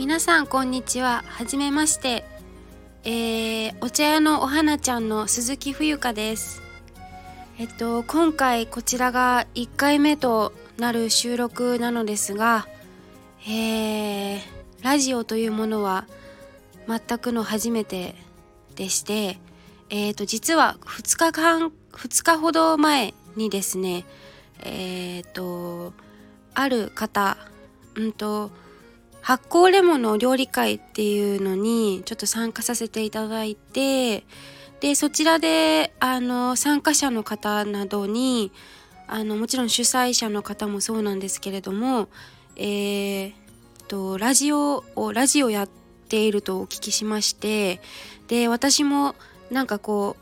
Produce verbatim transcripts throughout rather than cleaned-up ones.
皆さんこんにちは。はじめまして、えー、お茶屋のお花ちゃんの鈴木冬香です。えっと今回こちらがいっかいめとなる収録なのですが、えー、ラジオというものは全くの初めてでして、えーと実はふつかかんふつかほど前にですね、えーとある方うんと発酵レモンの料理会っていうのにちょっと参加させていただいて、でそちらであの参加者の方などにあのもちろん主催者の方もそうなんですけれども、えー、とラジオをラジオやっているとお聞きしまして、で私もなんかこ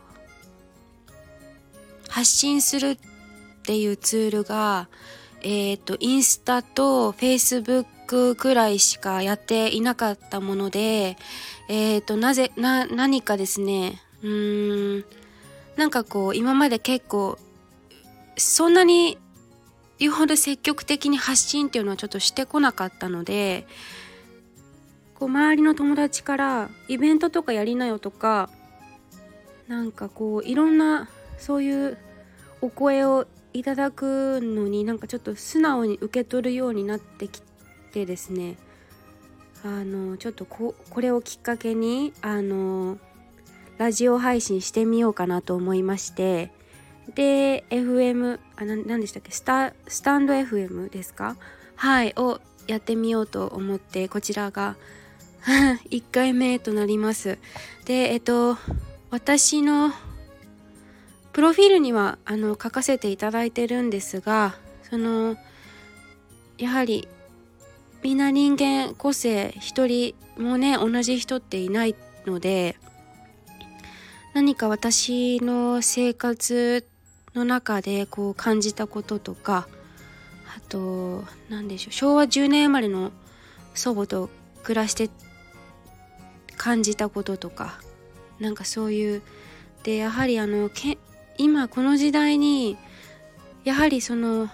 う発信するっていうツールがえー、とインスタとフェイスブックくらいしかやっていなかったもので、えー、となぜな何かですねうーんなんかこう今まで結構そんなに言うほど積極的に発信っていうのはちょっとしてこなかったので、こう周りの友達からイベントとかやりなよとか、なんかこういろんなそういうお声をいただくのになんかちょっと素直に受け取るようになってきてですね、あのちょっと こ, これをきっかけにあのラジオ配信してみようかなと思いまして、で エフエム あな何でしたっけスタスタンド エフエム ですか、はいをやってみようと思って、こちらがいっかいめとなります。でえっと私のプロフィールにはあの書かせていただいてるんですが、そのやはりみんな人間個性一人もね同じ人っていないので、何か私の生活の中でこう感じたこととか、あと何でしょう、しょうわじゅうねん生まれの祖母と暮らして感じたこととか、なんかそういうでやはりあのけ今この時代にやはりその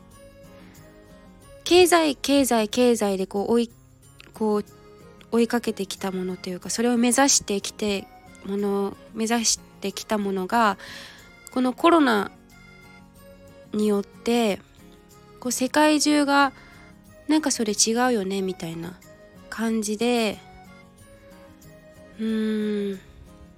経済経済経済でこう追いこう追いかけてきたものというか、それを目指してきてもの目指してきたものがこのコロナによってこう世界中がなんかそれ違うよねみたいな感じでうーん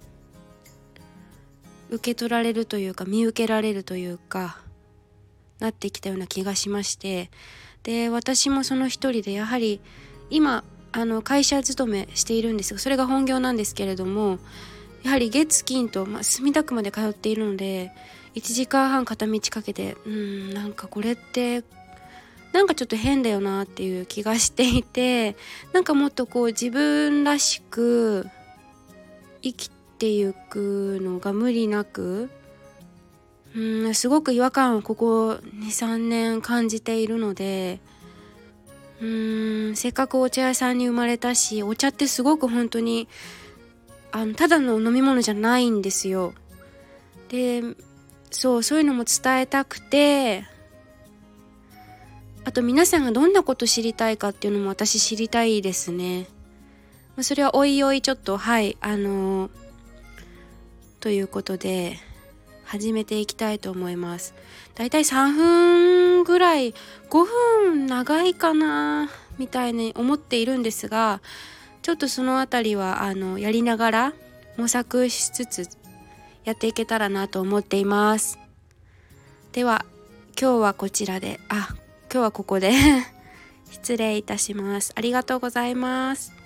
受け取られるというか見受けられるというかなってきたような気がしまして、で私もその一人でやはり今あの会社勤めしているんですが、それが本業なんですけれども、やはり月金と、まあ、墨田区まで通っているのでいちじかんはん片道かけてうーんなんかこれってなんかちょっと変だよなっていう気がしていて、なんかもっとこう自分らしく生きていくのが無理なく、うんすごく違和感をここ に,さん 年感じているので、うーんせっかくお茶屋さんに生まれたし、お茶ってすごく本当にあのただの飲み物じゃないんですよ。でそうそういうのも伝えたくて、あと皆さんがどんなこと知りたいかっていうのも私知りたいですね。それはおいおいちょっとはいあのー、ということで始めていきたいと思います。だいたいさんぷんぐらい、ごふん長いかなみたいに思っているんですが、ちょっとそのあたりはあのやりながら模索しつつやっていけたらなと思っています。では今日はこちらであ今日はここで失礼いたします。ありがとうございます。